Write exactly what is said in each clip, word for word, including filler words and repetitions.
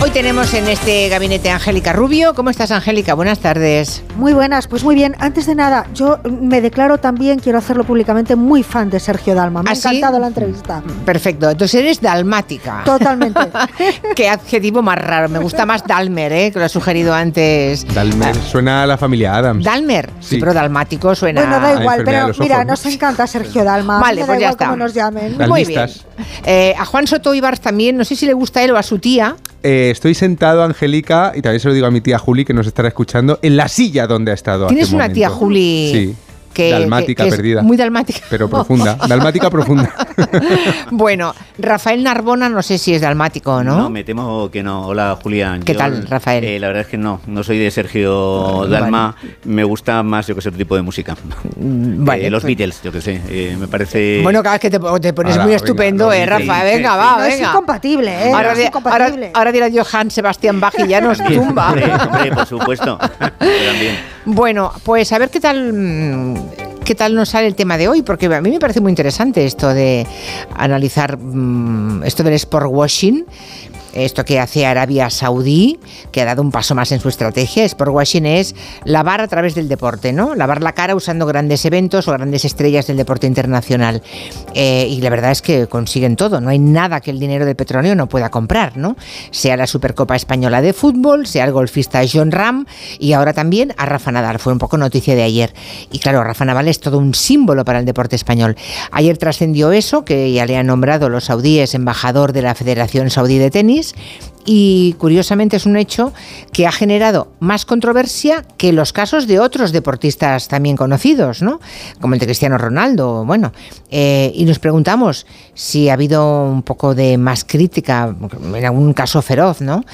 Hoy tenemos en este gabinete a Angélica Rubio. ¿Cómo estás, Angélica? Buenas tardes. Muy buenas, pues muy bien. Antes de nada, yo me declaro también, quiero hacerlo públicamente, muy fan de Sergio Dalma. Me ha encantado la entrevista. Perfecto, entonces eres dalmática. Totalmente. Qué adjetivo más raro. Me gusta más Dalmer, ¿eh? Que lo ha sugerido antes. Dalmer suena a la familia Adams. Dalmer, sí, sí, pero dalmático suena. Bueno, da igual, pero mira, nos encanta Sergio Dalma. Vale, pues ya está. Como nos llamen. Muy bien. Eh, a Juan Soto Ibars también, no sé si le gusta a él o a su tía. Eh, estoy sentado, Angélica, y también se lo digo a mi tía Juli, que nos estará escuchando, en la silla donde ha estado. ¿Tienes hace un una momento. tía Juli? Sí. Que, dalmática que, que perdida. Muy dalmática. Pero profunda. Dalmática profunda. Bueno, Rafael Narbona, no sé si es dalmático o no. No, me temo que no. Hola, Julián. ¿Qué yo, tal, Rafael? Eh, la verdad es que no. No soy de Sergio Dalma. Vale. Me gusta más, yo que sé, otro tipo de música. Vale, eh, los pues. Beatles, yo que sé. Eh, me parece... Bueno, cada vez que te, te pones ahora, muy venga, estupendo, no, eh, Rafa. Venga, sí, va, no venga. Es incompatible, ¿eh? Ahora, no es incompatible. ahora, ahora dirá Johann Sebastian Bach y ya nos tumba. hombre, hombre, por supuesto. También. Bueno, pues a ver qué tal... ¿Qué tal nos sale el tema de hoy? Porque a mí me parece muy interesante esto de analizar mmm, esto del sport washing, esto que hace Arabia Saudí, que ha dado un paso más en su estrategia. Sport washing es lavar a través del deporte, ¿no? Lavar la cara usando grandes eventos o grandes estrellas del deporte internacional. Eh, y la verdad es que consiguen todo. No hay nada que el dinero del petróleo no pueda comprar, ¿no? Sea la Supercopa Española de Fútbol, sea el golfista Jon Rahm y ahora también a Rafa Nadal. Fue un poco noticia de ayer. Y claro, Rafa Nadal es todo un símbolo para el deporte español. Ayer trascendió eso, que ya le han nombrado los saudíes embajador de la Federación Saudí de Tenis. Y curiosamente es un hecho que ha generado más controversia que los casos de otros deportistas también conocidos, ¿no? Como el de Cristiano Ronaldo. Bueno, eh, y nos preguntamos si ha habido un poco de más crítica, en algún caso feroz, ¿no?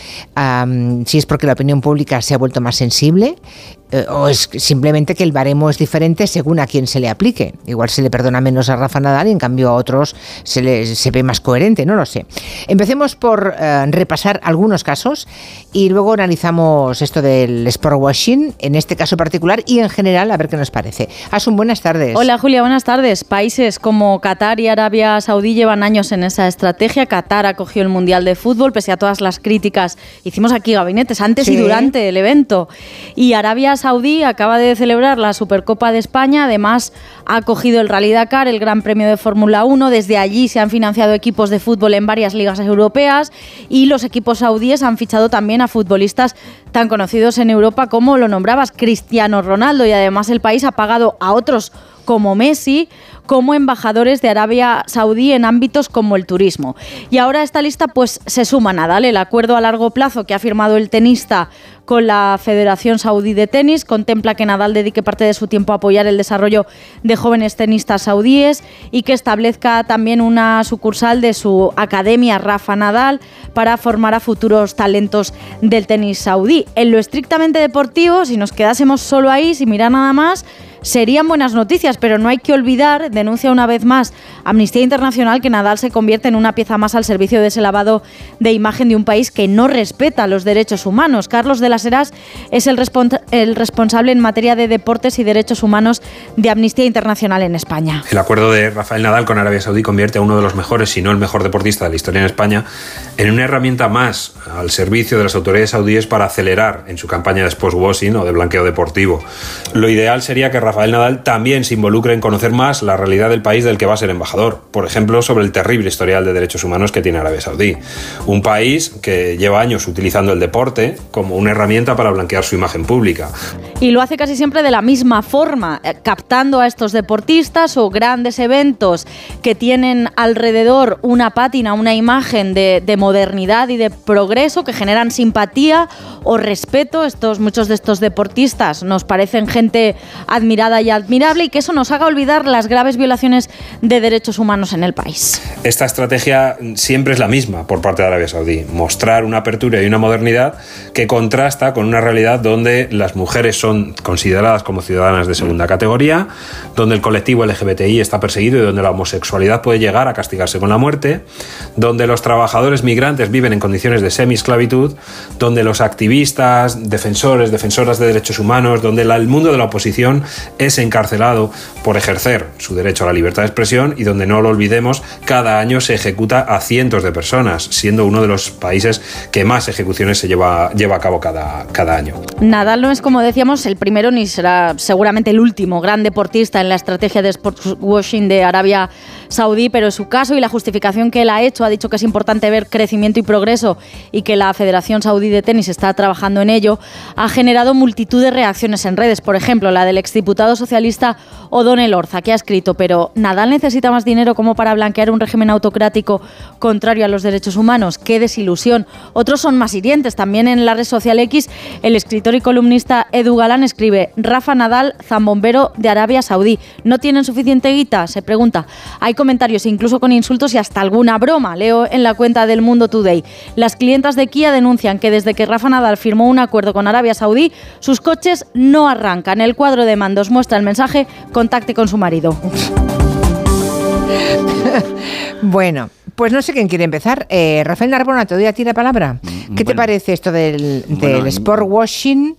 Um, si es porque la opinión pública se ha vuelto más sensible, eh, o es simplemente que el baremo es diferente según a quién se le aplique. Igual se le perdona menos a Rafa Nadal y en cambio a otros se le se ve más coherente, no lo sé. Empecemos por eh, repasar algunos casos y luego analizamos esto del sport washing, en este caso particular y en general, a ver qué nos parece. Asun, buenas tardes. Hola Julia, buenas tardes. Países como Qatar y Arabia Saudí llevan años en esa estrategia. Qatar acogió el Mundial de Fútbol, pese a todas las críticas. Hicimos aquí gabinetes antes sí. y durante el evento. Y Arabia Saudí acaba de celebrar la Supercopa de España, además ha acogido el Rally Dakar, el Gran Premio de Fórmula uno. Desde allí se han financiado equipos de fútbol en varias ligas europeas y los equipos saudíes han fichado también a futbolistas tan conocidos en Europa como lo nombrabas, Cristiano Ronaldo, y además el país ha pagado a otros como Messi como embajadores de Arabia Saudí en ámbitos como el turismo. Y ahora a esta lista pues se suma Nadal, el acuerdo a largo plazo que ha firmado el tenista con la Federación Saudí de Tenis contempla que Nadal dedique parte de su tiempo a apoyar el desarrollo de jóvenes tenistas saudíes y que establezca también una sucursal de su academia Rafa Nadal para formar a futuros talentos del tenis saudí. En lo estrictamente deportivo, si nos quedásemos solo ahí, sin mirar nada más, serían buenas noticias, pero no hay que olvidar, denuncia una vez más Amnistía Internacional, que Nadal se convierte en una pieza más al servicio de ese lavado de imagen de un país que no respeta los derechos humanos. Carlos de las Heras es el, respons- el responsable en materia de deportes y derechos humanos de Amnistía Internacional en España. El acuerdo de Rafael Nadal con Arabia Saudí convierte a uno de los mejores, si no el mejor deportista de la historia en España, en una herramienta más al servicio de las autoridades saudíes para acelerar en su campaña de sportswashing o de blanqueo deportivo. Lo ideal sería que Rafael Nadal también se involucre en conocer más la realidad del país del que va a ser embajador, por ejemplo, sobre el terrible historial de derechos humanos que tiene Arabia Saudí, un país que lleva años utilizando el deporte como una herramienta para blanquear su imagen pública. Y lo hace casi siempre de la misma forma, eh, captando a estos deportistas o grandes eventos que tienen alrededor una pátina, una imagen de, de modernidad y de progreso, que generan simpatía o respeto. Estos, muchos de estos deportistas nos parecen gente admirable y admirable y que eso nos haga olvidar las graves violaciones de derechos humanos en el país. Esta estrategia siempre es la misma por parte de Arabia Saudí, mostrar una apertura y una modernidad que contrasta con una realidad donde las mujeres son consideradas como ciudadanas de segunda categoría, donde el colectivo L G B T I está perseguido y donde la homosexualidad puede llegar a castigarse con la muerte, donde los trabajadores migrantes viven en condiciones de semi-esclavitud, donde los activistas, defensores, defensoras de derechos humanos, donde la, el mundo de la oposición es encarcelado por ejercer su derecho a la libertad de expresión y donde, no lo olvidemos, cada año se ejecuta a cientos de personas, siendo uno de los países que más ejecuciones se lleva, lleva a cabo cada, cada año. Nadal no es, como decíamos, el primero ni será seguramente el último gran deportista en la estrategia de sportswashing de Arabia Saudí, pero su caso y la justificación que él ha hecho, ha dicho que es importante ver crecimiento y progreso y que la Federación Saudí de Tenis está trabajando en ello, ha generado multitud de reacciones en redes. Por ejemplo, la del exdiputado socialista O'Donnell Orza, que ha escrito: pero ¿Nadal necesita más dinero como para blanquear un régimen autocrático contrario a los derechos humanos? ¡Qué desilusión! Otros son más hirientes. También en la red social X, el escritor y columnista Edu Galán escribe: Rafa Nadal, zambombero de Arabia Saudí. ¿No tienen suficiente guita?, se pregunta. Hay comentarios incluso con insultos y hasta alguna broma. Leo en la cuenta del Mundo Today: las clientas de Kia denuncian que desde que Rafa Nadal firmó un acuerdo con Arabia Saudí, sus coches no arrancan. El cuadro de mandos muestra el mensaje: contacte con su marido. Bueno, pues no sé quién quiere empezar. Eh, Rafael Narbona, te doy a ti la palabra. ¿Qué te bueno, parece esto del, del bueno, sport washing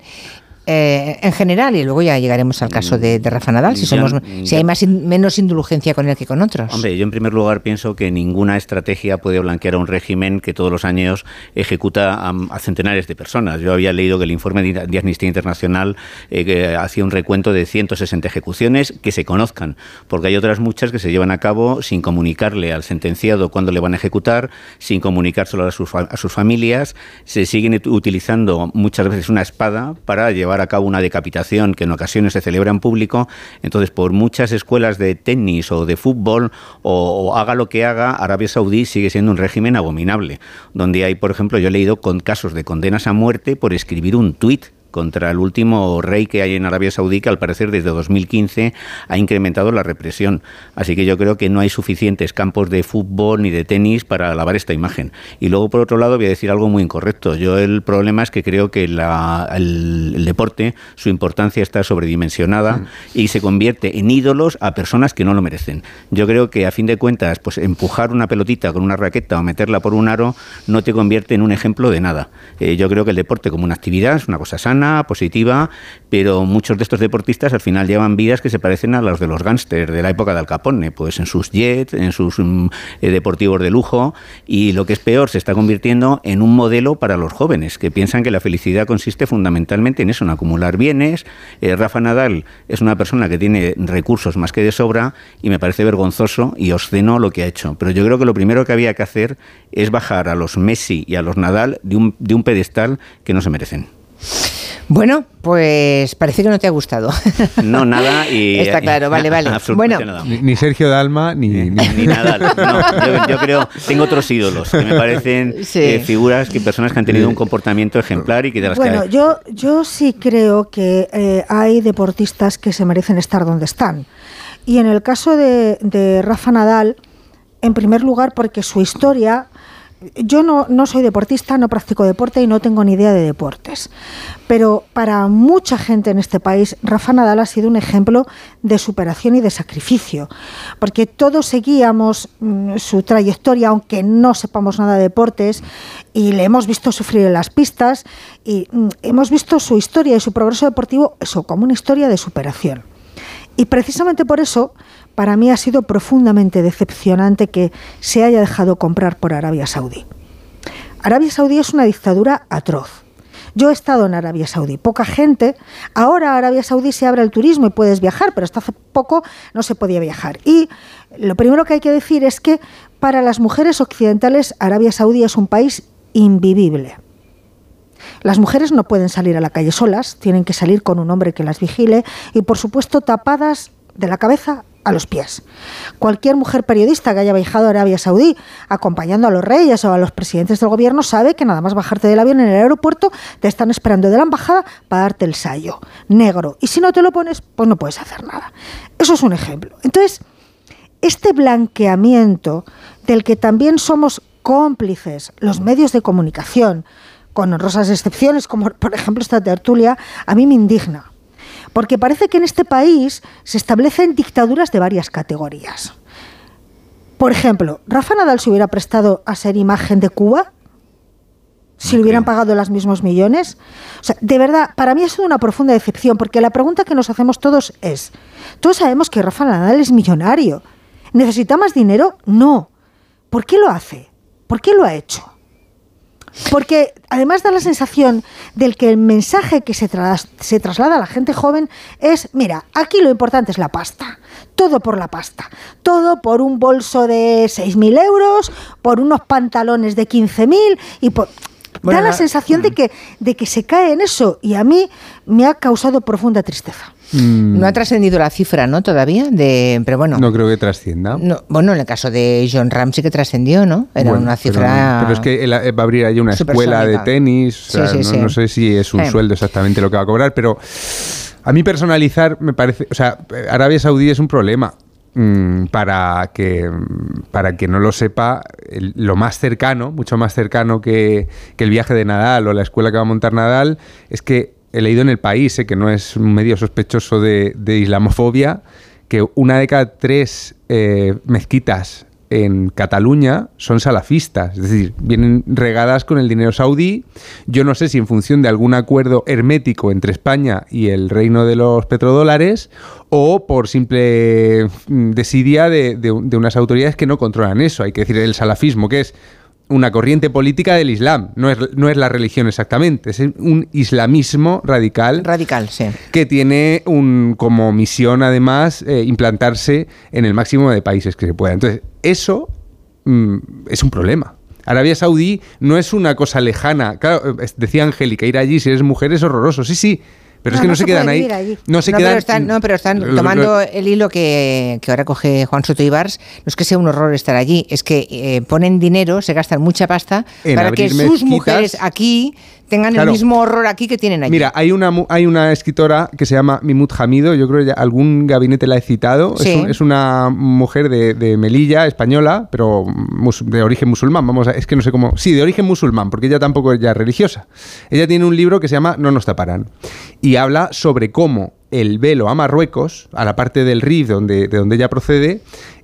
eh, en general? Y luego ya llegaremos al caso de, de Rafa Nadal, si, somos, yo, si hay más in, menos indulgencia con él que con otros. Hombre, yo en primer lugar pienso que ninguna estrategia puede blanquear a un régimen que todos los años ejecuta a, a centenares de personas. Yo había leído que el informe de, de Amnistía Internacional eh, que hacía un recuento de ciento sesenta ejecuciones que se conozcan, porque hay otras muchas que se llevan a cabo sin comunicarle al sentenciado cuándo le van a ejecutar, sin comunicárselo a sus, a sus familias. Se siguen utilizando muchas veces una espada para llevar a cabo una decapitación que en ocasiones se celebra en público. Entonces, por muchas escuelas de tenis o de fútbol o, o haga lo que haga, Arabia Saudí sigue siendo un régimen abominable, donde hay, por ejemplo, yo he leído con casos de condenas a muerte por escribir un tuit contra el último rey que hay en Arabia Saudí, que al parecer desde dos mil quince ha incrementado la represión. Así que yo creo que no hay suficientes campos de fútbol ni de tenis para lavar esta imagen. Y luego, por otro lado, voy a decir algo muy incorrecto. Yo el problema es que creo que la, el, el deporte, su importancia está sobredimensionada mm. y se convierte en ídolos a personas que no lo merecen. Yo creo que, a fin de cuentas, pues empujar una pelotita con una raqueta o meterla por un aro no te convierte en un ejemplo de nada. Eh, yo creo que el deporte como una actividad es una cosa sana, positiva, pero muchos de estos deportistas al final llevan vidas que se parecen a las de los gángsters de la época de Al Capone, pues en sus jets, en sus um, eh, deportivos de lujo, y lo que es peor, se está convirtiendo en un modelo para los jóvenes, que piensan que la felicidad consiste fundamentalmente en eso, en acumular bienes. eh, Rafa Nadal es una persona que tiene recursos más que de sobra y me parece vergonzoso y obsceno lo que ha hecho, pero yo creo que lo primero que había que hacer es bajar a los Messi y a los Nadal de un, de un pedestal que no se merecen. Bueno, pues parece que no te ha gustado. No, nada. Y, está claro, vale, vale. Absolutamente bueno, nada. Ni, ni Sergio Dalma, ni... Ni, ni, ni Nadal. No, yo, yo creo, tengo otros ídolos que me parecen sí. eh, figuras, que personas que han tenido un comportamiento ejemplar y que de las bueno, que... yo, yo sí creo que eh, hay deportistas que se merecen estar donde están. Y en el caso de, de Rafa Nadal, en primer lugar, porque su historia... Yo no, no soy deportista, no practico deporte y no tengo ni idea de deportes. Pero para mucha gente en este país, Rafa Nadal ha sido un ejemplo de superación y de sacrificio. Porque todos seguíamos mmm, su trayectoria, aunque no sepamos nada de deportes, y le hemos visto sufrir en las pistas, y mmm, hemos visto su historia y su progreso deportivo, eso, como una historia de superación. Y precisamente por eso, para mí ha sido profundamente decepcionante que se haya dejado comprar por Arabia Saudí. Arabia Saudí es una dictadura atroz. Yo he estado en Arabia Saudí, poca gente. Ahora Arabia Saudí se abre al turismo y puedes viajar, pero hasta hace poco no se podía viajar. Y lo primero que hay que decir es que para las mujeres occidentales Arabia Saudí es un país invivible. Las mujeres no pueden salir a la calle solas, tienen que salir con un hombre que las vigile y, por supuesto, tapadas de la cabeza a los pies. Cualquier mujer periodista que haya viajado a Arabia Saudí acompañando a los reyes o a los presidentes del gobierno sabe que nada más bajarte del avión en el aeropuerto te están esperando de la embajada para darte el sayo negro. Y si no te lo pones, pues no puedes hacer nada. Eso es un ejemplo. Entonces, este blanqueamiento del que también somos cómplices los medios de comunicación, con honrosas excepciones, como por ejemplo esta tertulia, a mí me indigna. Porque parece que en este país se establecen dictaduras de varias categorías. Por ejemplo, ¿Rafa Nadal se hubiera prestado a ser imagen de Cuba? si le hubieran pagado los mismos millones. O sea, de verdad, para mí ha sido una profunda decepción, porque la pregunta que nos hacemos todos es, todos sabemos que Rafa Nadal es millonario. ¿Necesita más dinero? No. ¿Por qué lo hace? ¿Por qué lo ha hecho? Porque además da la sensación del que el mensaje que se, tras, se traslada a la gente joven es, mira, aquí lo importante es la pasta, todo por la pasta, todo por un bolso de seis mil euros, por unos pantalones de quince mil y por... Bueno, da la no, sensación de que, de que se cae en eso, y a mí me ha causado profunda tristeza. No ha trascendido la cifra, ¿no? Todavía, de, pero bueno. No creo que trascienda. No, bueno, en el caso de Jon Rahm sí que trascendió, ¿no? Era bueno, una cifra. Pero, pero es que él va a abrir ahí una escuela de tenis. O sea, sí, sí, no, sí. no sé si es un sí. sueldo exactamente lo que va a cobrar, pero a mí personalizar me parece. O sea, Arabia Saudí es un problema. Para que, para que no lo sepa, el, lo más cercano, mucho más cercano que, que el viaje de Nadal o la escuela que va a montar Nadal, es que he leído en El País, eh, que no es un medio sospechoso de, de islamofobia, que una de cada tres eh, mezquitas en Cataluña son salafistas, es decir, vienen regadas con el dinero saudí. Yo no sé si en función de algún acuerdo hermético entre España y el reino de los petrodólares o por simple desidia de, de, de unas autoridades que no controlan eso. Hay que decir, el salafismo, que es una corriente política del Islam, no es, no es la religión exactamente, es un islamismo radical. Radical, sí. Que tiene un, como misión, además, eh, implantarse en el máximo de países que se pueda. Entonces, eso mm, es un problema. Arabia Saudí no es una cosa lejana. Claro, decía Angélica, ir allí si eres mujer es horroroso. Sí, sí. Pero no, es que no, no se, se quedan ahí. No se no, quedan. Pero están, no, pero están lo, tomando lo, el hilo que, que ahora coge Juan Soto Ibars. No es que sea un horror estar allí, es que eh, ponen dinero, se gastan mucha pasta para que sus mezquitas, mujeres aquí tengan claro, el mismo horror aquí que tienen allí. Mira, hay una hay una escritora que se llama Mimut Hamido, yo creo que ya algún gabinete la he citado. Sí. Es, un, es una mujer de, de Melilla, española, pero mus, de origen musulmán. Vamos a, es que no sé cómo. Sí, de origen musulmán, porque ella tampoco es ya religiosa. Ella tiene un libro que se llama No nos taparán. Y habla sobre cómo el velo a Marruecos, a la parte del Rif donde, de donde ella procede,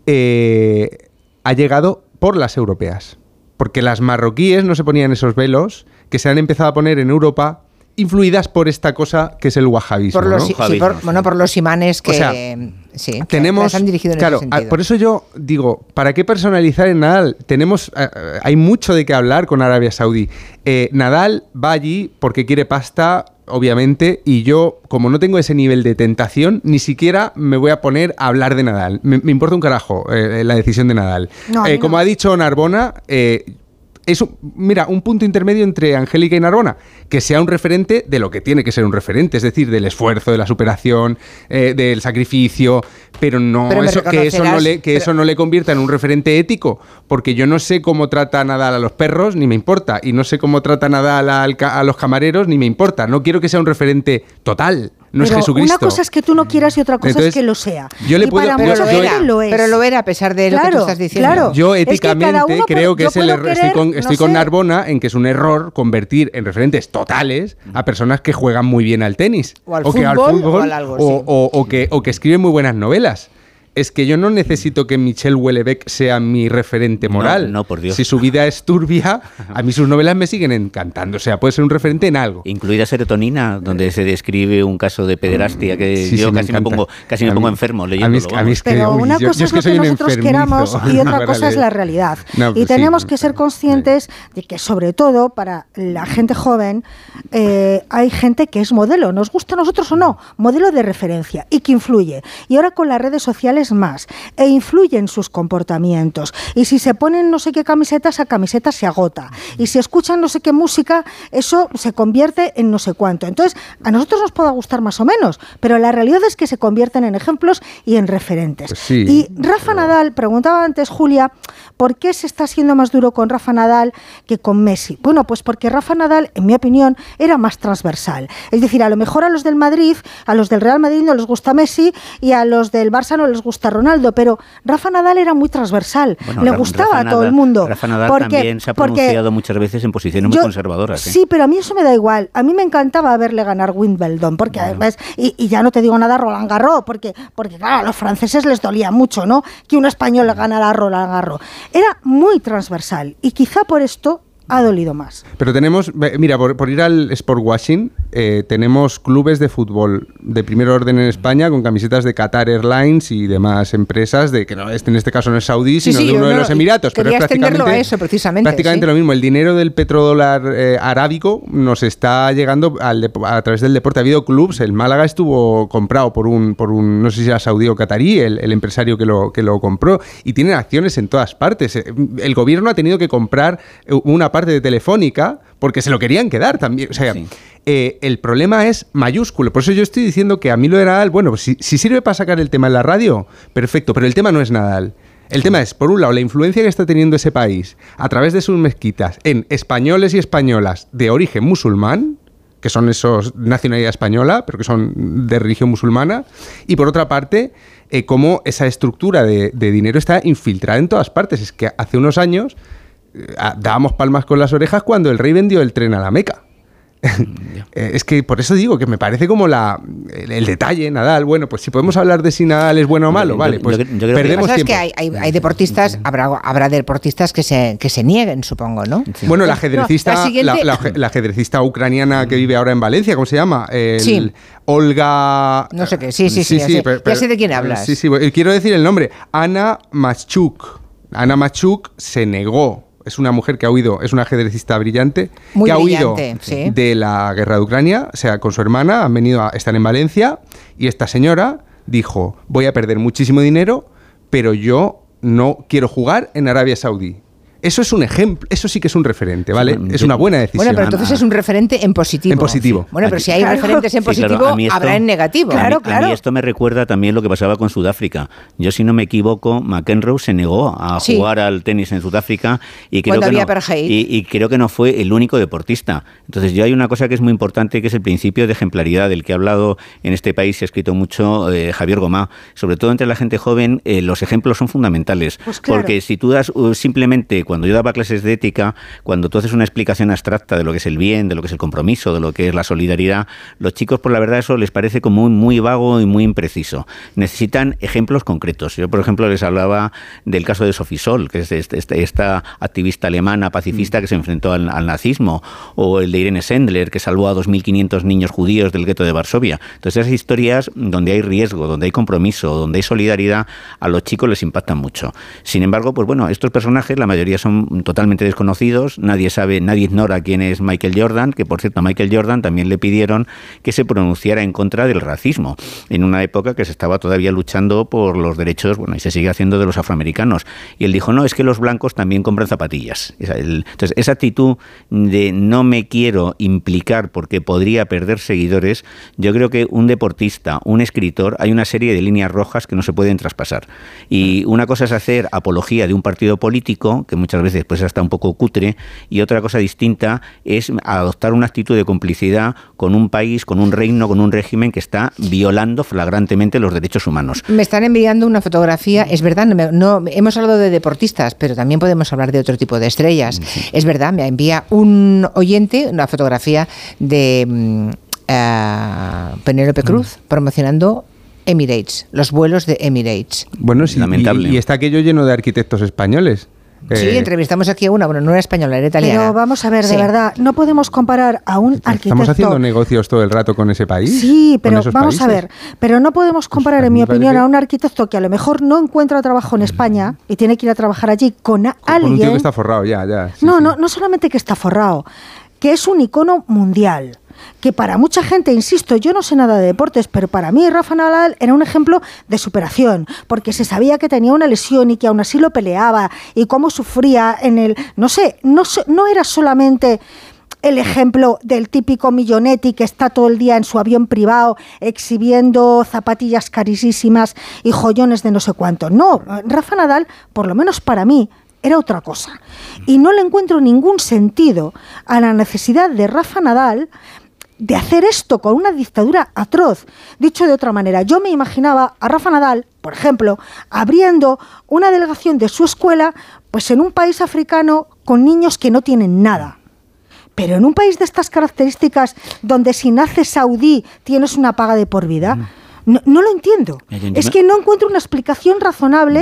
eh, ha llegado por las europeas. Porque las marroquíes no se ponían esos velos que se han empezado a poner en Europa, influidas por esta cosa que es el wahabismo. Por los, ¿no? sí, sí, por, bueno, por los imanes que, o sea, sí, tenemos, que han dirigido en claro, ese sentido. Por eso yo digo, ¿para qué personalizar en Nadal? Tenemos, eh, hay mucho de qué hablar con Arabia Saudí. Eh, Nadal va allí porque quiere pasta, obviamente, y yo, como no tengo ese nivel de tentación, ni siquiera me voy a poner a hablar de Nadal. Me, me importa un carajo eh, la decisión de Nadal. No, eh, como no. ha dicho Narbona, eh, es, mira, un punto intermedio entre Angélica y Narbona, que sea un referente de lo que tiene que ser un referente, es decir, del esfuerzo, de la superación, eh, del sacrificio, pero no pero eso, que, eso no, le, que pero... eso no le convierta en un referente ético, porque yo no sé cómo trata Nadal a los perros, ni me importa, y no sé cómo trata Nadal a, a los camareros, ni me importa. No quiero que sea un referente total. No pero es Jesucristo. Una cosa es que tú no quieras y otra cosa Entonces, es que lo sea. Yo le puedo, y para pero, mucha yo, gente yo, lo es. Pero lo era a pesar de claro, lo que tú estás diciendo. Claro. Yo éticamente es que creo que es el error. Estoy con, estoy no con sé. Narbona en que es un error convertir en referentes totales a personas que juegan muy bien al tenis. O al o fútbol, que al fútbol o, al algo, o, sí. o, o, que, o que escriben muy buenas novelas. Es que yo no necesito que Michel Houellebecq sea mi referente moral. No, no, por Dios. Si su vida es turbia, a mí sus novelas me siguen encantando. O sea, puede ser un referente en algo. Incluida Serotonina, donde se describe un caso de pederastia que sí, yo sí, casi me, me pongo casi me pongo enfermo leyéndolo. A mí, a mí es que, Pero uy, una yo, cosa yo es, es lo que, que nosotros queramos y otra cosa es la realidad. No, pues y tenemos sí, que ser conscientes de que, sobre todo, para la gente joven, eh, hay gente que es modelo, nos gusta a nosotros o no, modelo de referencia y que influye. Y ahora con las redes sociales más. E influyen sus comportamientos. Y si se ponen no sé qué camiseta, esa camiseta se agota. Y si escuchan no sé qué música, eso se convierte en no sé cuánto. Entonces, a nosotros nos puede gustar más o menos, pero la realidad es que se convierten en ejemplos y en referentes. Pues sí, y Rafa pero... Nadal, preguntaba antes Julia, ¿por qué se está siendo más duro con Rafa Nadal que con Messi? Bueno, pues porque Rafa Nadal, en mi opinión, era más transversal. Es decir, a lo mejor a los del Madrid, a los del Real Madrid no les gusta Messi y a los del Barça no les gusta Ronaldo, pero Rafa Nadal era muy transversal, bueno, le gustaba Rafa a todo Nadal, el mundo. Rafa Nadal porque, también se ha pronunciado muchas veces en posiciones yo, muy conservadoras. ¿eh? Sí, pero a mí eso me da igual. A mí me encantaba verle ganar Wimbledon, porque bueno. además, y, y ya no te digo nada Roland Garros, porque, porque claro, a los franceses les dolía mucho, ¿no? Que un español le ganara a Roland Garros. Era muy transversal y quizá por esto ha dolido más. Pero tenemos, mira, por, por ir al sport washing, eh, tenemos clubes de fútbol de primer orden en España con camisetas de Qatar Airlines y demás empresas, de que no, este, en este caso no es saudí, sino sí, sí, de uno no, de los Emiratos. Pero es prácticamente, a eso, precisamente, prácticamente sí. lo mismo. El dinero del petrodólar eh, arábico nos está llegando al, a través del deporte. Ha habido clubs, el Málaga estuvo comprado por un, por un no sé si era saudí o catarí, el, el empresario que lo, que lo compró, y tienen acciones en todas partes. El gobierno ha tenido que comprar una parte de Telefónica porque se lo querían quedar también. O sea, sí. eh, el problema es mayúsculo. Por eso yo estoy diciendo que a mí lo de Nadal, bueno, pues si, si sirve para sacar el tema en la radio, perfecto, pero el tema no es Nadal. El tema es, por un lado, la influencia que está teniendo ese país a través de sus mezquitas en españoles y españolas de origen musulmán, que son esos nacionalidad española, pero que son de religión musulmana, y por otra parte, eh, cómo esa estructura de, de dinero está infiltrada en todas partes. Es que hace unos años dábamos palmas con las orejas cuando el rey vendió el tren a la Meca. Es que por eso digo que me parece como la el, el detalle, Nadal. Bueno, pues si podemos hablar de si Nadal es bueno o malo, vale, pues yo, yo perdemos que tiempo. Es que hay, hay, hay deportistas, habrá, habrá deportistas que se, que se nieguen, supongo, ¿no? Sí. Bueno, la ajedrecista, no, la, siguiente... la, la, la ajedrecista ucraniana que vive ahora en Valencia, ¿cómo se llama? El, sí. Olga... No sé qué, sí, sí, sí, sí, sí, sí pero, ya sé de quién hablas. Sí, sí, quiero decir el nombre. Ana Machuk. Ana Machuk se negó. Es una mujer que ha huido, es una ajedrecista brillante, Muy que ha brillante, huido sí. de la guerra de Ucrania, o sea, con su hermana, han venido a estar en Valencia, y esta señora dijo, voy a perder muchísimo dinero, pero yo no quiero jugar en Arabia Saudí. Eso es un ejemplo, eso sí que es un referente, ¿vale? Sí, es una buena decisión. Bueno, pero entonces es un referente en positivo. En positivo. Bueno, pero si hay claro. referentes en positivo, sí, claro, esto, habrá en negativo. Claro, a, mí, claro. a mí esto me recuerda también lo que pasaba con Sudáfrica. Yo, si no me equivoco, McEnroe se negó a sí. jugar al tenis en Sudáfrica y creo, que había no, y, y creo que no fue el único deportista. Entonces, yo hay una cosa que es muy importante, que es el principio de ejemplaridad, del que ha hablado en este país y ha escrito mucho eh, Javier Gomá. Sobre todo entre la gente joven, eh, los ejemplos son fundamentales. Pues claro. Porque si tú das uh, simplemente, cuando yo daba clases de ética, cuando tú haces una explicación abstracta de lo que es el bien, de lo que es el compromiso, de lo que es la solidaridad, los chicos, por la verdad, eso les parece como muy, muy vago y muy impreciso. Necesitan ejemplos concretos. Yo, por ejemplo, les hablaba del caso de Sophie Scholl, que es esta, esta activista alemana pacifista que se enfrentó al, al nazismo, o el de Irene Sendler, que salvó a dos mil quinientos niños judíos del gueto de Varsovia. Entonces, esas historias donde hay riesgo, donde hay compromiso, donde hay solidaridad, a los chicos les impactan mucho. Sin embargo, pues bueno, estos personajes, la mayoría son totalmente desconocidos. Nadie sabe, nadie ignora quién es Michael Jordan, que por cierto a Michael Jordan también le pidieron que se pronunciara en contra del racismo, en una época que se estaba todavía luchando por los derechos, bueno, y se sigue haciendo, de los afroamericanos. Y él dijo, no, es que los blancos también compran zapatillas. Entonces, esa actitud de no me quiero implicar porque podría perder seguidores, yo creo que un deportista, un escritor, hay una serie de líneas rojas que no se pueden traspasar. Y una cosa es hacer apología de un partido político, que muchas veces pues está un poco cutre, y otra cosa distinta es adoptar una actitud de complicidad con un país, con un reino, con un régimen que está violando flagrantemente los derechos humanos. Me están enviando una fotografía, es verdad, no, no hemos hablado de deportistas, pero también podemos hablar de otro tipo de estrellas. Sí. Es verdad, me envía un oyente una fotografía de uh, Penélope Cruz mm. promocionando Emirates, los vuelos de Emirates. Bueno, sí, lamentable. Y, y está aquello lleno de arquitectos españoles. Sí, eh, entrevistamos aquí a una, bueno, no era española, era italiana. Pero vamos a ver, de sí. verdad, no podemos comparar a un arquitecto... ¿Estamos haciendo negocios todo el rato con ese país? Sí, pero vamos países? a ver, pero no podemos comparar, pues en mi opinión, parece... a un arquitecto que a lo mejor no encuentra trabajo en España y tiene que ir a trabajar allí con, con alguien... Con un tío que está forrado, ya, ya. Sí, no, sí. no, no solamente que está forrado, que es un icono mundial, que para mucha gente, insisto, yo no sé nada de deportes, pero para mí Rafa Nadal era un ejemplo de superación, porque se sabía que tenía una lesión y que aún así lo peleaba, y cómo sufría en el... No sé, no, no era solamente el ejemplo del típico millonetti que está todo el día en su avión privado exhibiendo zapatillas carísimas y joyones de no sé cuánto. No, Rafa Nadal, por lo menos para mí, era otra cosa. Y no le encuentro ningún sentido a la necesidad de Rafa Nadal de hacer esto con una dictadura atroz. Dicho de otra manera, yo me imaginaba a Rafa Nadal, por ejemplo, abriendo una delegación de su escuela pues en un país africano con niños que no tienen nada. Pero en un país de estas características, donde si naces saudí tienes una paga de por vida, no, no lo entiendo. Es que no encuentro una explicación razonable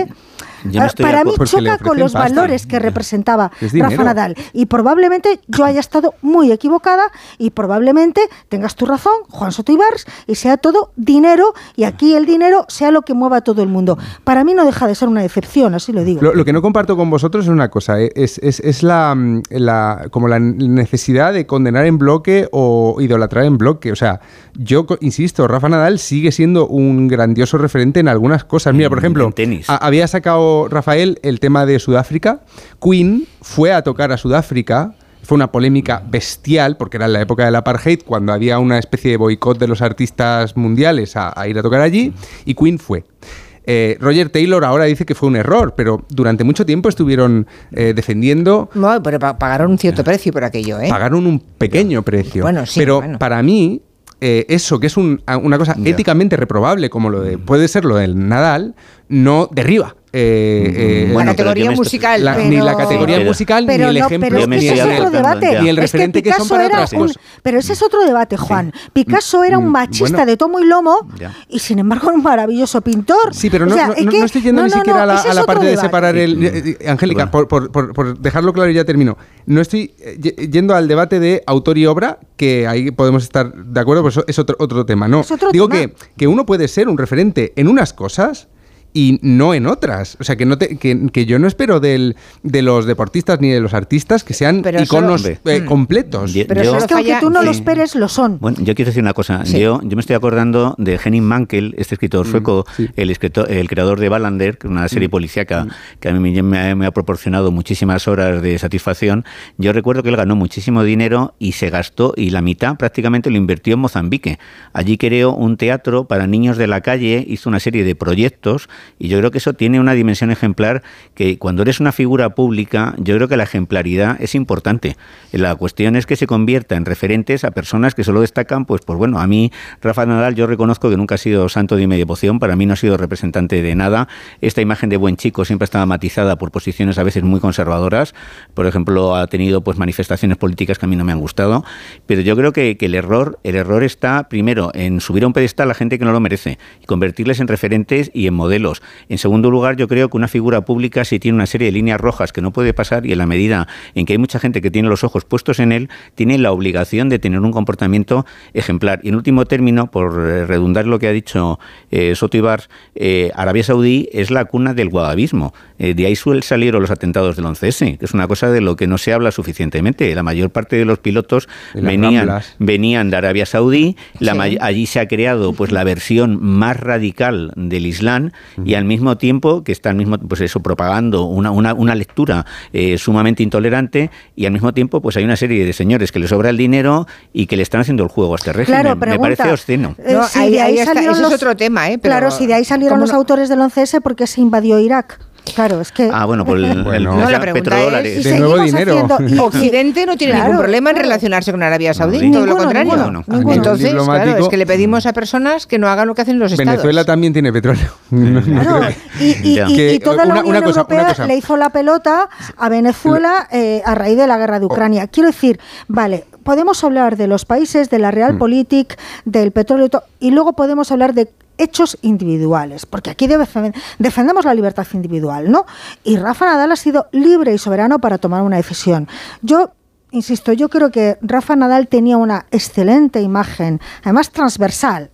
para mí choca con los pasta. valores que representaba Rafa Nadal. Y probablemente yo haya estado muy equivocada y probablemente tengas tu razón, Juan Soto Ibars, y sea todo dinero y aquí el dinero sea lo que mueva a todo el mundo. Para mí no deja de ser una decepción, así lo digo. Lo, lo que no comparto con vosotros es una cosa, es, es, es la, la, como la necesidad de condenar en bloque o idolatrar en bloque. O sea, yo insisto, Rafa Nadal sigue siendo un grandioso referente en algunas cosas. Mira, por ejemplo, tenis. A, había sacado Rafael el tema de Sudáfrica. Queen fue a tocar a Sudáfrica. Fue una polémica bestial, porque era en la época del apartheid, cuando había una especie de boicot de los artistas mundiales a, a ir a tocar allí, y Queen fue. Eh, Roger Taylor ahora dice que fue un error, pero durante mucho tiempo estuvieron eh, defendiendo... No, pero pagaron un cierto precio por aquello, ¿eh? Pagaron un pequeño precio. Bueno, sí, pero bueno. para mí, eh, eso, que es un, una cosa yeah. éticamente reprobable, como lo de puede ser lo del Nadal, no derriba. Eh, eh, bueno, la categoría musical. La, pero, ni la categoría pero, musical, pero ni el no, ejemplo, pero es que ni, ese es otro debate. ni el referente es que, que son para otras cosas. Pero ese es otro debate, Juan. Sí. Picasso era un machista bueno, de tomo y lomo ya. y sin embargo un maravilloso pintor. Sí, pero no, o sea, no, es no, que, no estoy yendo no, ni siquiera no, a la, a la parte de debate. separar el... Eh, eh, Angélica, bueno. por, por, por, por dejarlo claro y ya termino. No estoy yendo al debate de autor y obra, que ahí podemos estar de acuerdo, pero eso es otro, otro tema. No, otro digo tema. Que, que uno puede ser un referente en unas cosas y no en otras. O sea, que no te, que, que yo no espero del, de los deportistas ni de los artistas que sean pero iconos solo, eh, completos. Yo, pero yo, es que aunque tú no sí. lo esperes, lo son. Bueno, yo quiero decir una cosa. Sí. Yo, yo me estoy acordando de Henning Mankell, este escritor sueco, mm, sí. el, escritor, el creador de Wallander, una serie mm. policíaca mm. que a mí me ha, me ha proporcionado muchísimas horas de satisfacción. Yo recuerdo que él ganó muchísimo dinero y se gastó, y la mitad prácticamente lo invirtió en Mozambique. Allí creó un teatro para niños de la calle, hizo una serie de proyectos. Y yo creo que eso tiene una dimensión ejemplar que cuando eres una figura pública, yo creo que la ejemplaridad es importante. La cuestión es que se convierta en referentes a personas que solo destacan, pues, pues bueno, a mí, Rafa Nadal, yo reconozco que nunca ha sido santo de mi devoción, para mí no ha sido representante de nada. Esta imagen de buen chico siempre estaba matizada por posiciones a veces muy conservadoras. Por ejemplo, ha tenido pues manifestaciones políticas que a mí no me han gustado. Pero yo creo que, que el error, el error está, primero, en subir a un pedestal a gente que no lo merece y convertirles en referentes y en modelos. En segundo lugar, yo creo que una figura pública sí tiene una serie de líneas rojas que no puede pasar, y en la medida en que hay mucha gente que tiene los ojos puestos en él, tiene la obligación de tener un comportamiento ejemplar. Y en último término, por redundar lo que ha dicho eh, Soto Ibars, eh, Arabia Saudí es la cuna del wahabismo. Eh, de ahí salieron los atentados del once ese, que es una cosa de lo que no se habla suficientemente. La mayor parte de los pilotos venían, venían de Arabia Saudí, la, sí. allí se ha creado pues la versión más radical del Islam, uh-huh. y al mismo tiempo que está al mismo pues eso propagando una, una, una lectura eh, sumamente intolerante, y al mismo tiempo pues hay una serie de señores que les sobra el dinero y que le están haciendo el juego a este régimen. Claro, me parece obsceno. Eh, no, si ahí, ahí está, ese los, es otro tema, ¿eh? Pero, claro, si de ahí salieron los no? autores del once ese, ¿por qué se invadió Irak? Claro, es que... Ah, bueno, pues el, bueno, el, no, la pregunta es... De nuevo dinero. Haciendo, y Occidente no tiene claro, ningún problema en relacionarse con Arabia Saudí, no, todo ninguno, lo contrario. Ninguno, ninguno. Entonces, claro, es que le pedimos a personas que no hagan lo que hacen los Venezuela estados. Venezuela también tiene petróleo. Claro, y, y, y, y toda una, la Unión una cosa, Europea le hizo la pelota a Venezuela eh, a raíz de la guerra de Ucrania. Quiero decir, vale, podemos hablar de los países, de la Realpolitik, del petróleo, y luego podemos hablar de hechos individuales, porque aquí defendemos la libertad individual, ¿no? Y Rafa Nadal ha sido libre y soberano para tomar una decisión. Yo, insisto, yo creo que Rafa Nadal tenía una excelente imagen, además transversal.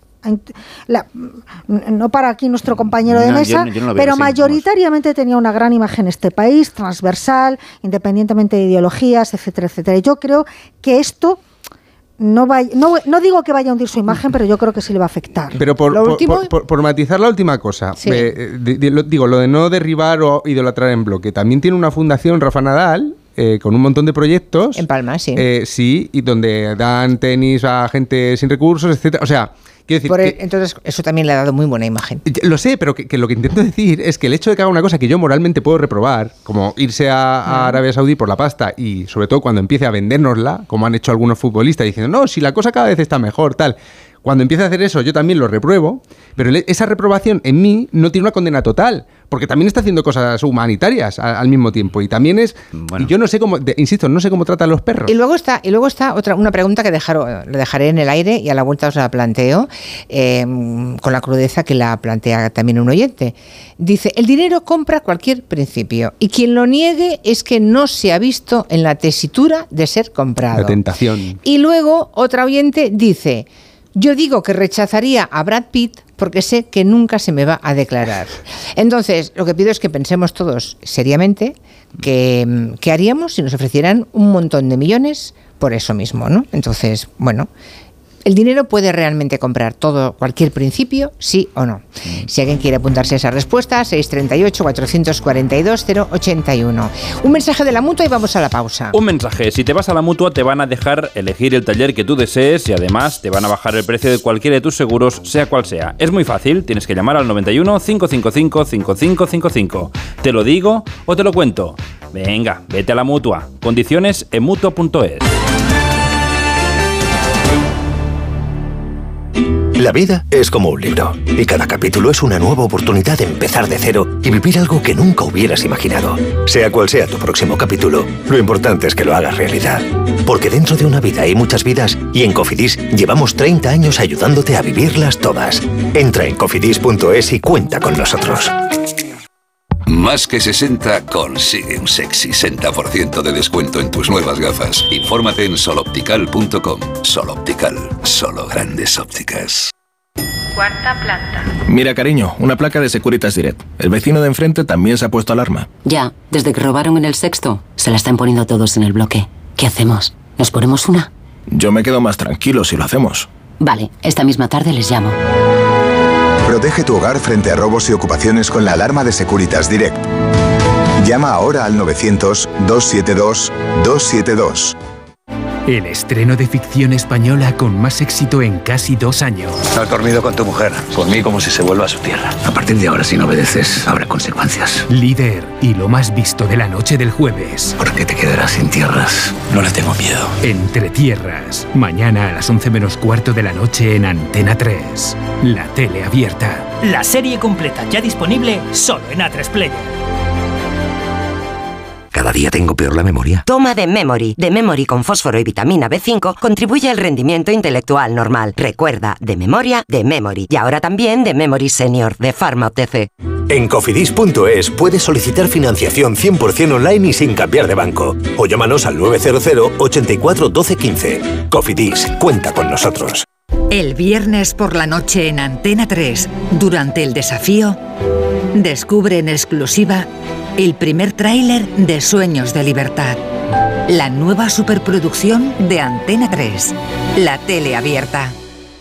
La, no para aquí nuestro compañero de no, mesa, yo, yo no pero así, mayoritariamente vamos. Tenía una gran imagen este país, transversal, independientemente de ideologías, etcétera, etcétera. Y yo creo que esto No, vaya, no, no digo que vaya a hundir su imagen, pero yo creo que sí le va a afectar. Pero por, por, por, por, por matizar la última cosa, sí. eh, de, de, lo, digo, lo de no derribar o idolatrar en bloque, también tiene una fundación, Rafa Nadal, eh, con un montón de proyectos. En Palma, sí. Eh, sí, y donde dan tenis a gente sin recursos, etcétera. O sea... Decir, Por el, que, entonces, eso también le ha dado muy buena imagen. Lo sé, pero que, que lo que intento decir es que el hecho de que haga una cosa que yo moralmente puedo reprobar, como irse a, a Arabia Saudí por la pasta, y sobre todo cuando empiece a vendérnosla, como han hecho algunos futbolistas, diciendo, no, si la cosa cada vez está mejor, tal. cuando empieza a hacer eso, yo también lo repruebo, pero esa reprobación en mí no tiene una condena total, porque también está haciendo cosas humanitarias al, al mismo tiempo. Y también es... Bueno. Y yo no sé cómo... De, insisto, no sé cómo tratan los perros. Y luego está, y luego está otra una pregunta que dejar, le dejaré en el aire y a la vuelta os la planteo, eh, con la crudeza que la plantea también un oyente. Dice, el dinero compra cualquier principio y quien lo niegue es que no se ha visto en la tesitura de ser comprado. La tentación. Y luego otra oyente dice... Yo digo que rechazaría a Brad Pitt porque sé que nunca se me va a declarar. Entonces, lo que pido es que pensemos todos seriamente qué haríamos si nos ofrecieran un montón de millones por eso mismo, ¿no? Entonces, bueno, ¿el dinero puede realmente comprar todo, cualquier principio, sí o no? Si alguien quiere apuntarse a esa respuesta, seis tres ocho, cuatro cuatro dos, cero ocho uno. Un mensaje de la Mutua y vamos a la pausa. Un mensaje. Si te vas a la Mutua te van a dejar elegir el taller que tú desees y además te van a bajar el precio de cualquiera de tus seguros, sea cual sea. Es muy fácil. Tienes que llamar al noventa y uno, cinco cinco cinco, cinco cinco cinco cinco. ¿Te lo digo o te lo cuento? Venga, vete a la Mutua. Condiciones en mutua punto es. La vida es como un libro, y cada capítulo es una nueva oportunidad de empezar de cero y vivir algo que nunca hubieras imaginado. Sea cual sea tu próximo capítulo, lo importante es que lo hagas realidad. Porque dentro de una vida hay muchas vidas, y en Cofidis llevamos treinta años ayudándote a vivirlas todas. Entra en cofidis punto es y cuenta con nosotros. Más que sesenta consigue un sexy sesenta por ciento de descuento en tus nuevas gafas. Infórmate en sol optical punto com. Sol Optical, solo grandes ópticas. Cuarta planta. Mira, cariño, una placa de Securitas Direct. El vecino de enfrente también se ha puesto alarma. Ya, desde que robaron en el sexto, se la están poniendo todos en el bloque. ¿Qué hacemos? ¿Nos ponemos una? Yo me quedo más tranquilo si lo hacemos. Vale, esta misma tarde les llamo. Protege tu hogar frente a robos y ocupaciones con la alarma de Securitas Direct. Llama ahora al novecientos, doscientos setenta y dos, doscientos setenta y dos. El estreno de ficción española con más éxito en casi dos años. ¿No has dormido con tu mujer? Por mí como si se vuelva a su tierra. A partir de ahora, si no obedeces, habrá consecuencias. Líder y lo más visto de la noche del jueves. ¿Por qué te quedarás sin tierras? No le tengo miedo. Entre tierras. Mañana a las once menos cuarto de la noche en Antena tres. La tele abierta. La serie completa ya disponible solo en A tres Player. Cada día tengo peor la memoria. Toma de Memory. De Memory con fósforo y vitamina B cinco contribuye al rendimiento intelectual normal. Recuerda, de memoria, de Memory. Y ahora también de Memory Senior, de Pharma O T C. En cofidis punto es puedes solicitar financiación cien por ciento online y sin cambiar de banco. O llámanos al nueve cero cero, ochenta y cuatro, doce, quince. Cofidis, cuenta con nosotros. El viernes por la noche en Antena tres, durante el desafío, descubre en exclusiva el primer tráiler de Sueños de Libertad. La nueva superproducción de Antena tres, la tele abierta.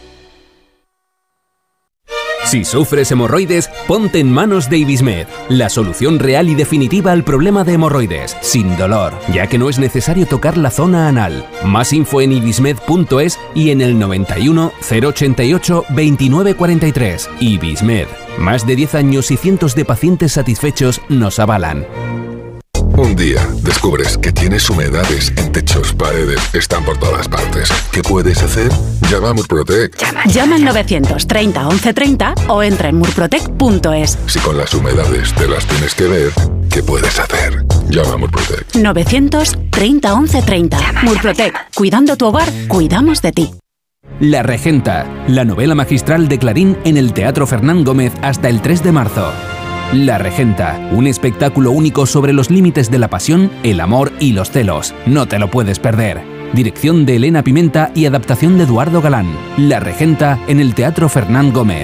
Si sufres hemorroides, ponte en manos de Ibismed, la solución real y definitiva al problema de hemorroides, sin dolor, ya que no es necesario tocar la zona anal. Más info en ibismed punto es y en el noventa y uno, cero ochenta y ocho, veintinueve cuarenta y tres. Ibismed. Más de diez años y cientos de pacientes satisfechos nos avalan. Un día descubres que tienes humedades en techos, paredes, están por todas partes. ¿Qué puedes hacer? Llama a Murprotec. Llama, Llama al novecientos treinta, once treinta o entra en murprotec punto es. Si con las humedades te las tienes que ver, ¿qué puedes hacer? Llama a Murprotec. novecientos treinta, once treinta. Llama, Murprotec. Llama, llama. Cuidando tu hogar, cuidamos de ti. La Regenta, la novela magistral de Clarín en el Teatro Fernán Gómez hasta el tres de marzo. La Regenta, un espectáculo único sobre los límites de la pasión, el amor y los celos. No te lo puedes perder. Dirección de Elena Pimenta y adaptación de Eduardo Galán. La Regenta en el Teatro Fernán Gómez.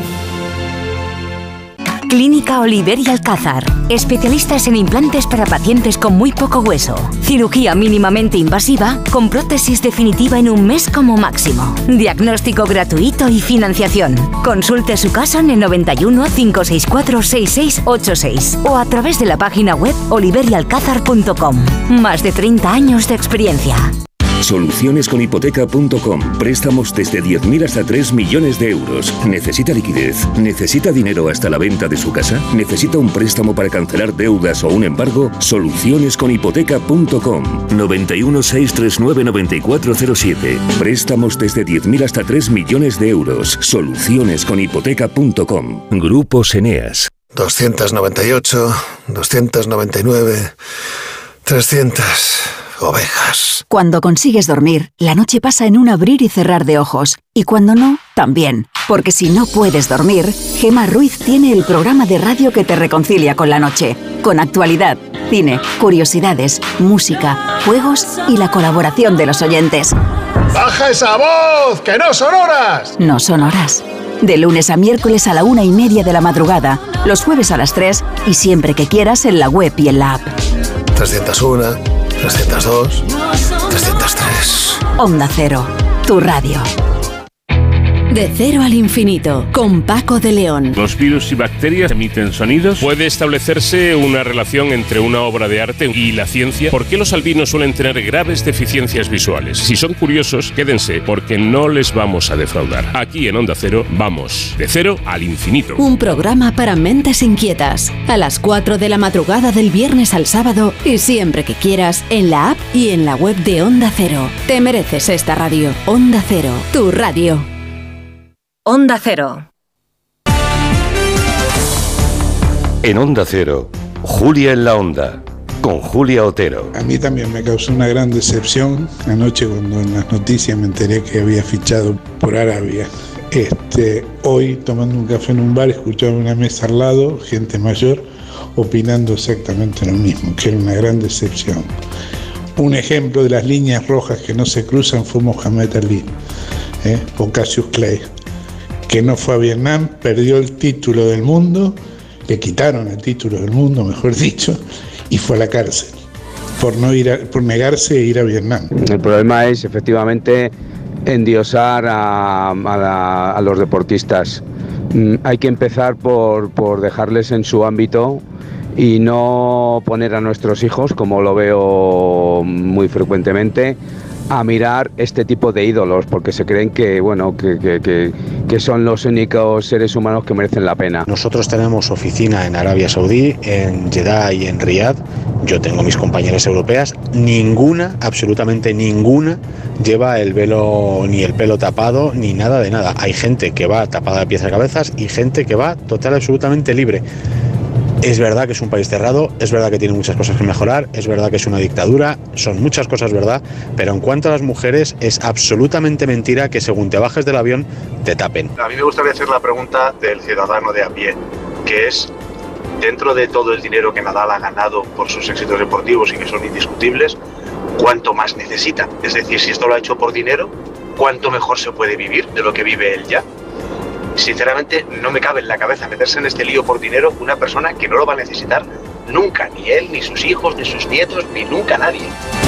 Clínica Oliver y Alcázar. Especialistas en implantes para pacientes con muy poco hueso. Cirugía mínimamente invasiva con prótesis definitiva en un mes como máximo. Diagnóstico gratuito y financiación. Consulte su caso en el noventa y uno, cinco seis cuatro, seis seis ocho seis o a través de la página web oliver y alcázar punto com. Más de treinta años de experiencia. soluciones con hipoteca punto com. Préstamos desde diez mil hasta tres millones de euros. ¿Necesita liquidez? ¿Necesita dinero hasta la venta de su casa? ¿Necesita un préstamo para cancelar deudas o un embargo? Soluciones con hipoteca punto com. noventa y uno, seiscientos treinta y nueve, noventa y cuatro cero siete. Préstamos desde diez mil hasta tres millones de euros. Soluciones con hipoteca punto com. Grupos Eneas. doscientos noventa y ocho, doscientos noventa y nueve, trescientas ovejas. Cuando consigues dormir, la noche pasa en un abrir y cerrar de ojos. Y cuando no, también. Porque si no puedes dormir, Gemma Ruiz tiene el programa de radio que te reconcilia con la noche. Con actualidad, cine, curiosidades, música, juegos y la colaboración de los oyentes. ¡Baja esa voz! ¡Que no son horas! No son horas. De lunes a miércoles a la una y media de la madrugada, los jueves a las tres y siempre que quieras en la web y en la app. trescientos uno, trescientos dos, trescientos tres. Onda Cero, tu radio. De cero al infinito, con Paco de León. Los virus y bacterias emiten sonidos. ¿Puede establecerse una relación entre una obra de arte y la ciencia? ¿Por qué los albinos suelen tener graves deficiencias visuales? Si son curiosos, quédense, porque no les vamos a defraudar. Aquí en Onda Cero, vamos de cero al infinito. Un programa para mentes inquietas. A las cuatro de la madrugada del viernes al sábado y siempre que quieras en la app y en la web de Onda Cero. Te mereces esta radio. Onda Cero, tu radio. Onda Cero. En Onda Cero, Julia en la Onda, con Julia Otero. A mí también me causó una gran decepción anoche cuando en las noticias me enteré que había fichado por Arabia. Este, hoy, tomando un café en un bar, escuchaba una mesa al lado, gente mayor, opinando exactamente lo mismo, que era una gran decepción. Un ejemplo de las líneas rojas que no se cruzan fue Mohamed Ali, ¿eh? o Cassius Clay, que no fue a Vietnam, perdió el título del mundo, le quitaron el título del mundo, mejor dicho, y fue a la cárcel por no ir a, por negarse a ir a Vietnam. El problema es efectivamente endiosar a, a, la, a los deportistas. Mm, hay que empezar por, por dejarles en su ámbito y no poner a nuestros hijos, como lo veo muy frecuentemente, a mirar este tipo de ídolos, porque se creen que, bueno, que, que, que, que son los únicos seres humanos que merecen la pena. Nosotros tenemos oficina en Arabia Saudí, en Jeddah y en Riyadh. Yo tengo mis compañeras europeas, ninguna, absolutamente ninguna, lleva el velo ni el pelo tapado ni nada de nada. Hay gente que va tapada de pies a cabezas y gente que va total absolutamente libre. Es verdad que es un país cerrado, es verdad que tiene muchas cosas que mejorar, es verdad que es una dictadura, son muchas cosas verdad, pero en cuanto a las mujeres es absolutamente mentira que según te bajes del avión te tapen. A mí me gustaría hacer la pregunta del ciudadano de a pie, que es, dentro de todo el dinero que Nadal ha ganado por sus éxitos deportivos y que son indiscutibles, ¿cuánto más necesita? Es decir, si esto lo ha hecho por dinero, ¿cuánto mejor se puede vivir de lo que vive él ya? Sinceramente, no me cabe en la cabeza meterse en este lío por dinero una persona que no lo va a necesitar nunca, ni él, ni sus hijos, ni sus nietos, ni nunca nadie.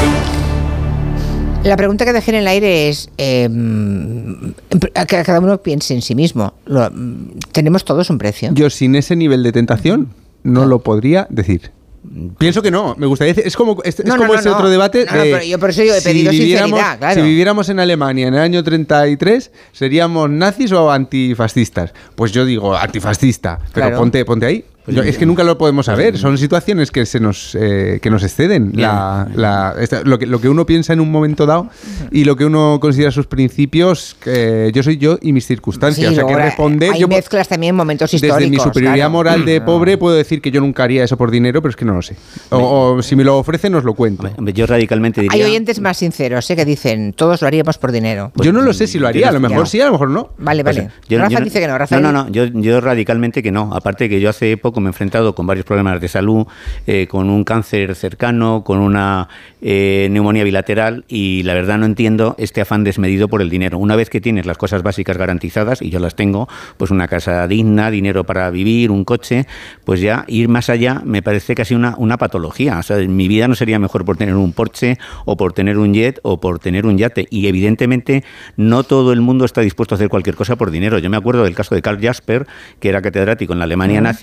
La pregunta que dejé en el aire es, eh, que cada uno piense en sí mismo. Lo, ¿Tenemos todos un precio? Yo sin ese nivel de tentación no, no. lo podría decir. Pienso que no, me gustaría decir, es como, es, no, es como no, ese no. otro debate no, no, de, pero yo por eso yo he pedido si sinceridad, claro. Si viviéramos en Alemania en el año treinta y tres, ¿seríamos nazis o antifascistas? Pues yo digo antifascista, pero claro. ponte, ponte ahí. Yo, es que nunca lo podemos saber, son situaciones que se nos eh, que nos exceden la, la, esta, lo, que, lo que uno piensa en un momento dado y lo que uno considera sus principios. Eh, yo soy yo y mis circunstancias, sí, o sea que responder hay yo mezclas también momentos históricos. Desde mi superioridad claro. moral de pobre puedo decir que yo nunca haría eso por dinero, pero es que no lo sé. O, o si me lo ofrecen os lo cuento. Yo radicalmente diría... Hay oyentes más sinceros, ¿eh? que dicen todos lo haríamos por dinero. Pues yo no lo sé si lo haría, a lo mejor ya. sí, a lo mejor no. Vale, vale. Pues, yo, Rafa yo, dice que no. Rafa no, no, no. Yo, yo radicalmente que no. Aparte que yo hace poco me he enfrentado con varios problemas de salud, eh, con un cáncer cercano, con una eh, neumonía bilateral, y la verdad no entiendo este afán desmedido por el dinero. Una vez que tienes las cosas básicas garantizadas, y yo las tengo, pues una casa digna, dinero para vivir, un coche, pues ya ir más allá me parece casi una, una patología. O sea, mi vida no sería mejor por tener un Porsche o por tener un jet o por tener un yate, y evidentemente no todo el mundo está dispuesto a hacer cualquier cosa por dinero. Yo me acuerdo del caso de Karl Jasper, que era catedrático en la Alemania nazi y le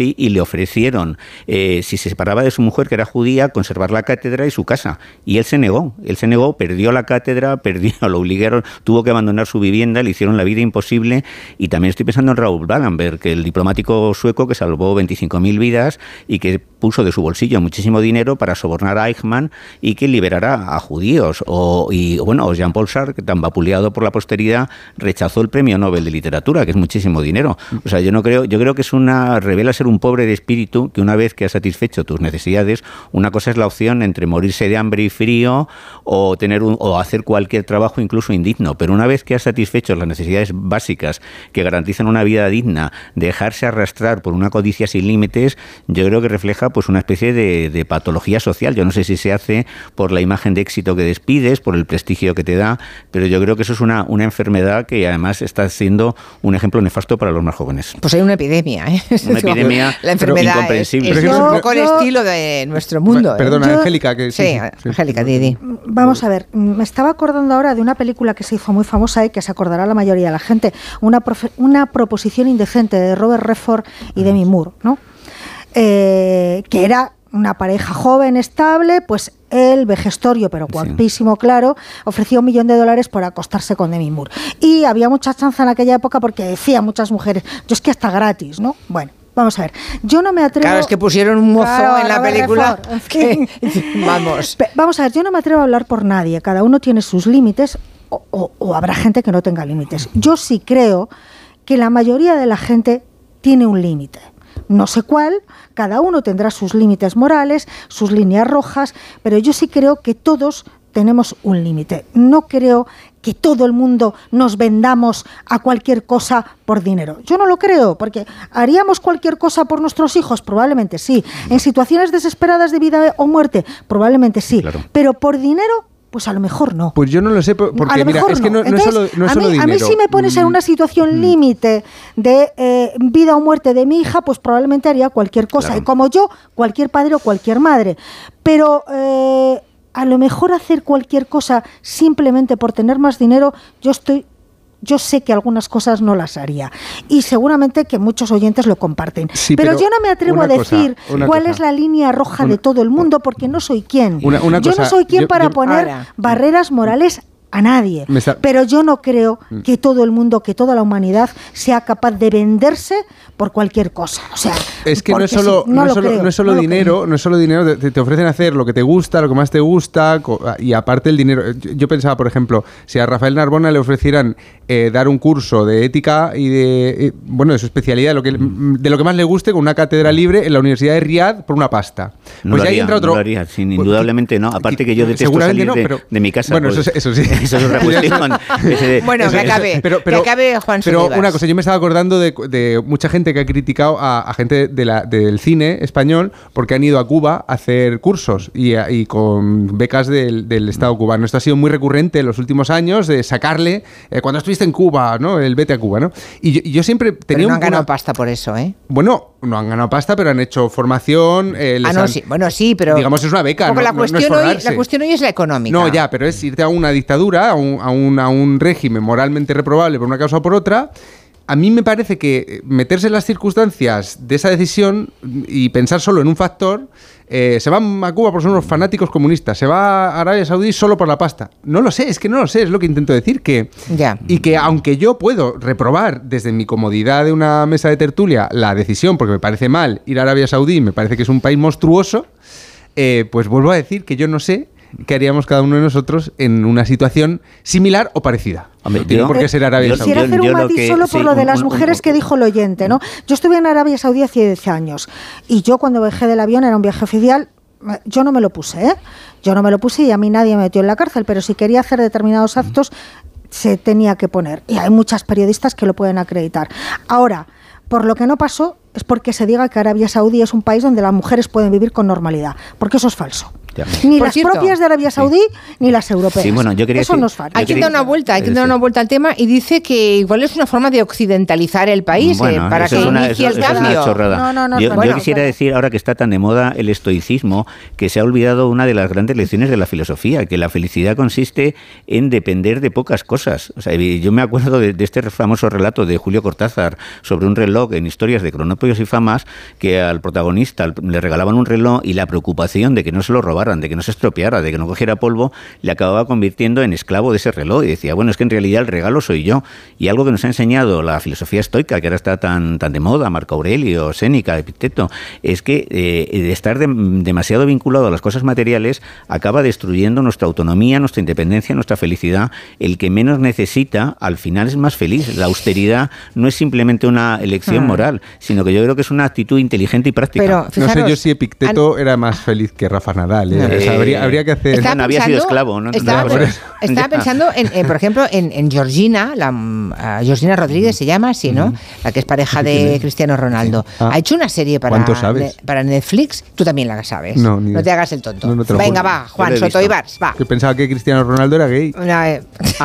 ofrecieron, eh, si se separaba de su mujer, que era judía, conservar la cátedra y su casa. Y él se negó, él se negó, perdió la cátedra, perdió, lo obligaron, tuvo que abandonar su vivienda, le hicieron la vida imposible. Y también estoy pensando en Raoul Wallenberg, que el diplomático sueco que salvó veinticinco mil vidas y que puso de su bolsillo muchísimo dinero para sobornar a Eichmann y que liberara a judíos. O, y bueno, Jean-Paul Sartre, que tan vapuleado por la posteridad, rechazó el premio Nobel de Literatura, que es muchísimo dinero. O sea, yo no creo, yo creo que es una, revela ser un pobre de espíritu, que una vez que has satisfecho tus necesidades, una cosa es la opción entre morirse de hambre y frío o tener un, o hacer cualquier trabajo incluso indigno, pero una vez que has satisfecho las necesidades básicas que garantizan una vida digna, dejarse arrastrar por una codicia sin límites, yo creo que refleja pues una especie de, de patología social. Yo no sé si se hace por la imagen de éxito que despides, por el prestigio que te da, pero yo creo que eso es una, una enfermedad que además está siendo un ejemplo nefasto para los más jóvenes. Pues hay una epidemia, ¿eh? Una epidemia la enfermedad incomprensible. Es, es un poco el estilo de nuestro mundo. Perdona, ¿eh? Angélica. Que, sí, sí, sí, Angélica, Didi. Vamos a ver, me estaba acordando ahora de una película que se hizo muy famosa y que se acordará la mayoría de la gente, una, profe, una proposición indecente de Robert Redford y Demi Moore, ¿no? Eh, que era una pareja joven, estable, pues él, vejestorio, pero guapísimo, sí. claro, ofrecía un millón de dólares por acostarse con Demi Moore. Y había mucha chanza en aquella época porque decían muchas mujeres, yo es que hasta gratis, ¿no? Bueno. Vamos a ver, yo no me atrevo... Claro, es que pusieron un mozo claro, en la película. Que, vamos. Vamos a ver, yo no me atrevo a hablar por nadie, cada uno tiene sus límites o, o, o habrá gente que no tenga límites. Yo sí creo que la mayoría de la gente tiene un límite. No sé cuál, cada uno tendrá sus límites morales, sus líneas rojas, pero yo sí creo que todos tenemos un límite. No creo que todo el mundo nos vendamos a cualquier cosa por dinero. Yo no lo creo, porque ¿haríamos cualquier cosa por nuestros hijos? Probablemente sí. En situaciones desesperadas de vida o muerte, probablemente sí. Claro. Pero por dinero, pues a lo mejor no. Pues yo no lo sé, porque mira, es que no, Entonces, no es solo, no es solo a mí, dinero. A mí si me pones en una situación mm. límite de eh, vida o muerte de mi hija, pues probablemente haría cualquier cosa. Claro. Y como yo, cualquier padre o cualquier madre. Pero... Eh, a lo mejor hacer cualquier cosa simplemente por tener más dinero, yo estoy, yo sé que algunas cosas no las haría. Y seguramente que muchos oyentes lo comparten. Sí, pero, pero yo no me atrevo a decir cosa, cuál cosa. es la línea roja una, de todo el mundo, porque no soy quien. Una, una yo cosa, no soy quien yo, para yo, poner ahora. barreras morales a nadie. Sa- pero yo no creo que todo el mundo, que toda la humanidad sea capaz de venderse por cualquier cosa. O sea, es que no es solo, sí, no no es solo, creo, no es solo no dinero, no es solo dinero, te, te ofrecen hacer lo que te gusta, lo que más te gusta, y aparte el dinero. Yo pensaba, por ejemplo, si a Rafael Narbona le ofrecieran eh, dar un curso de ética y de, eh, bueno, de su especialidad, de lo, que, de lo que más le guste, con una cátedra libre en la Universidad de Riad por una pasta. No pues lo haría, entra otro, no lo haría, sin, indudablemente no. Aparte que yo detesto salir no, pero, de, de mi casa. Bueno, pues, eso, eso sí. Eso es otra cuestión. de, bueno, que acabe, pero, pero, que acabe Juan Pero Solivas. Una cosa, yo me estaba acordando de, de mucha gente que ha criticado a, a gente de la, del cine español porque han ido a Cuba a hacer cursos y, a, y con becas del, del Estado cubano. Esto ha sido muy recurrente en los últimos años, de sacarle, eh, cuando estuviste en Cuba, ¿no? El vete a Cuba, ¿no? Y yo, y yo siempre tenía... Pero no han una, ganado pasta por eso, ¿eh? Bueno, no han ganado pasta, pero han hecho formación. Eh, les ah, no, han, sí. Bueno, sí, pero... Digamos, es una beca, no, la, no, cuestión no es hoy, la cuestión hoy es la económica. No, ya, pero es irte a una dictadura, a un, a un, a un régimen moralmente reprobable por una causa o por otra. A mí me parece que meterse en las circunstancias de esa decisión y pensar solo en un factor, eh, se van a Cuba por ser unos fanáticos comunistas, se va a Arabia Saudí solo por la pasta. No lo sé, es que no lo sé, es lo que intento decir. Que, ya. Y que aunque yo puedo reprobar desde mi comodidad de una mesa de tertulia la decisión, porque me parece mal ir a Arabia Saudí, me parece que es un país monstruoso, eh, pues vuelvo a decir que yo no sé qué haríamos cada uno de nosotros en una situación similar o parecida. Hombre, no tiene por qué ser Arabia Saudí. Quisiera hacer un matiz que, solo por sí, lo de las un, mujeres un, que dijo el oyente, ¿no? Yo estuve en Arabia Saudí hace diez años y yo cuando bajé del avión, era un viaje oficial, yo no me lo puse, ¿eh? Yo no me lo puse y a mí nadie me metió en la cárcel, pero si quería hacer determinados actos se tenía que poner. Y hay muchas periodistas que lo pueden acreditar. Ahora, por lo que no pasó es porque se diga que Arabia Saudí es un país donde las mujeres pueden vivir con normalidad, porque eso es falso. Ya. Ni Por las cierto, propias de Arabia Saudí, sí. ni las europeas. Sí, bueno, yo quería Eso decir, nos falta. Hay que dar una vuelta, hay que dar una vuelta al tema y dice que igual es una forma de occidentalizar el país bueno, eh, para que es una, inicie eso, el eso cambio. Es una chorrada. No, no, no, yo, bueno, yo quisiera bueno. decir, ahora que está tan de moda el estoicismo, que se ha olvidado una de las grandes lecciones de la filosofía, que la felicidad consiste en depender de pocas cosas. O sea, yo me acuerdo de, de este famoso relato de Julio Cortázar sobre un reloj en Historias de Cronópolis y Famas, que al protagonista le regalaban un reloj y la preocupación de que no se lo robaran, de que no se estropeara, de que no cogiera polvo, le acababa convirtiendo en esclavo de ese reloj. Y decía, bueno, es que en realidad el regalo soy yo. Y algo que nos ha enseñado la filosofía estoica, que ahora está tan, tan de moda, Marco Aurelio, Séneca, Epicteto, es que eh, de estar de, demasiado vinculado a las cosas materiales acaba destruyendo nuestra autonomía, nuestra independencia, nuestra felicidad. El que menos necesita, al final es más feliz. La austeridad no es simplemente una elección hmm. moral, sino que yo creo que es una actitud inteligente y práctica. Pero, fijaros, no sé yo si Epicteto han... era más feliz que Rafa Nadal. ¿eh? Eh, o sea, habría, habría que hacer... Bueno, había sido esclavo, ¿no? Estaba, no, pero, estaba pensando, en, en, por ejemplo, en, en Georgina, la, uh, Georgina Rodríguez se llama así, ¿no? La que es pareja de Cristiano Ronaldo. Ah. Ha hecho una serie para, ne, para Netflix. Tú también la sabes. No, no te hagas el tonto. No, no te Venga, juro. va, Juan Soto Ibars, va. Que pensaba que Cristiano Ronaldo era gay. No, eh.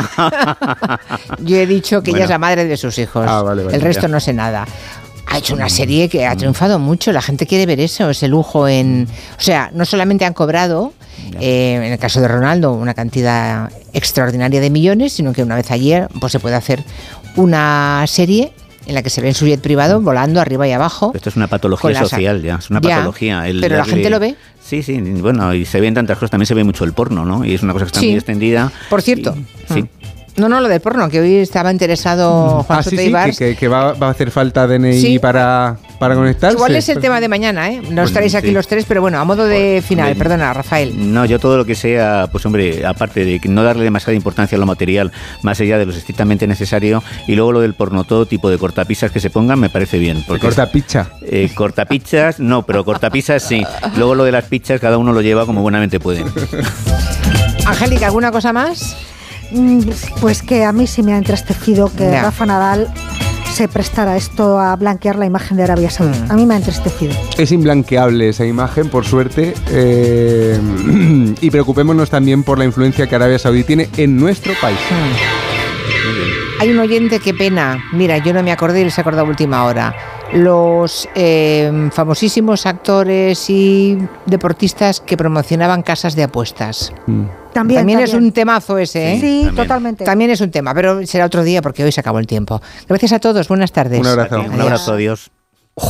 Yo he dicho que bueno. ella es la madre de sus hijos. Ah, vale, vale, el resto ya. no sé nada. Ha hecho una serie que ha triunfado mucho. La gente quiere ver eso, ese lujo en... O sea, no solamente han cobrado, eh, en el caso de Ronaldo, una cantidad extraordinaria de millones, sino que una vez ayer pues se puede hacer una serie en la que se ve en su jet privado volando arriba y abajo. Esto es una patología social ya, es una ya, patología. El pero darle... la gente lo ve. Sí, sí, bueno, y se ven tantas cosas, también se ve mucho el porno, ¿no? Y es una cosa que está sí. muy extendida. Por cierto. Y, sí. No, no, lo del porno, que hoy estaba interesado Juan ah, Soto sí, sí, Ibars. Que, que va, va a hacer falta D N I sí. para, para conectarse. Igual es el tema de mañana, ¿eh? No estaréis aquí sí. los tres, pero bueno, a modo de final, bueno, perdona, Rafael. No, yo todo lo que sea, pues hombre, aparte de no darle demasiada importancia a lo material, más allá de lo estrictamente necesario, y luego lo del porno, todo tipo de cortapisas que se pongan, me parece bien. ¿Cortapicha? Eh, cortapichas, no, pero cortapisas sí. Luego lo de las pizzas, cada uno lo lleva como buenamente puede. Angélica, ¿alguna cosa más? Pues que a mí sí me ha entristecido que no. Rafa Nadal se prestara esto a blanquear la imagen de Arabia Saudí. Mm. A mí me ha entristecido. Es imblanqueable esa imagen, por suerte, eh, y preocupémonos también por la influencia que Arabia Saudí tiene en nuestro país. Mm. Hay un oyente, qué pena. Mira, yo no me acordé y les he acordado a última hora. Los eh, famosísimos actores y deportistas que promocionaban casas de apuestas. Mm. También, también, también es un temazo ese, ¿eh? Sí, también. Totalmente. También es un tema, pero será otro día porque hoy se acabó el tiempo. Gracias a todos, buenas tardes. Un abrazo. Un abrazo, adiós.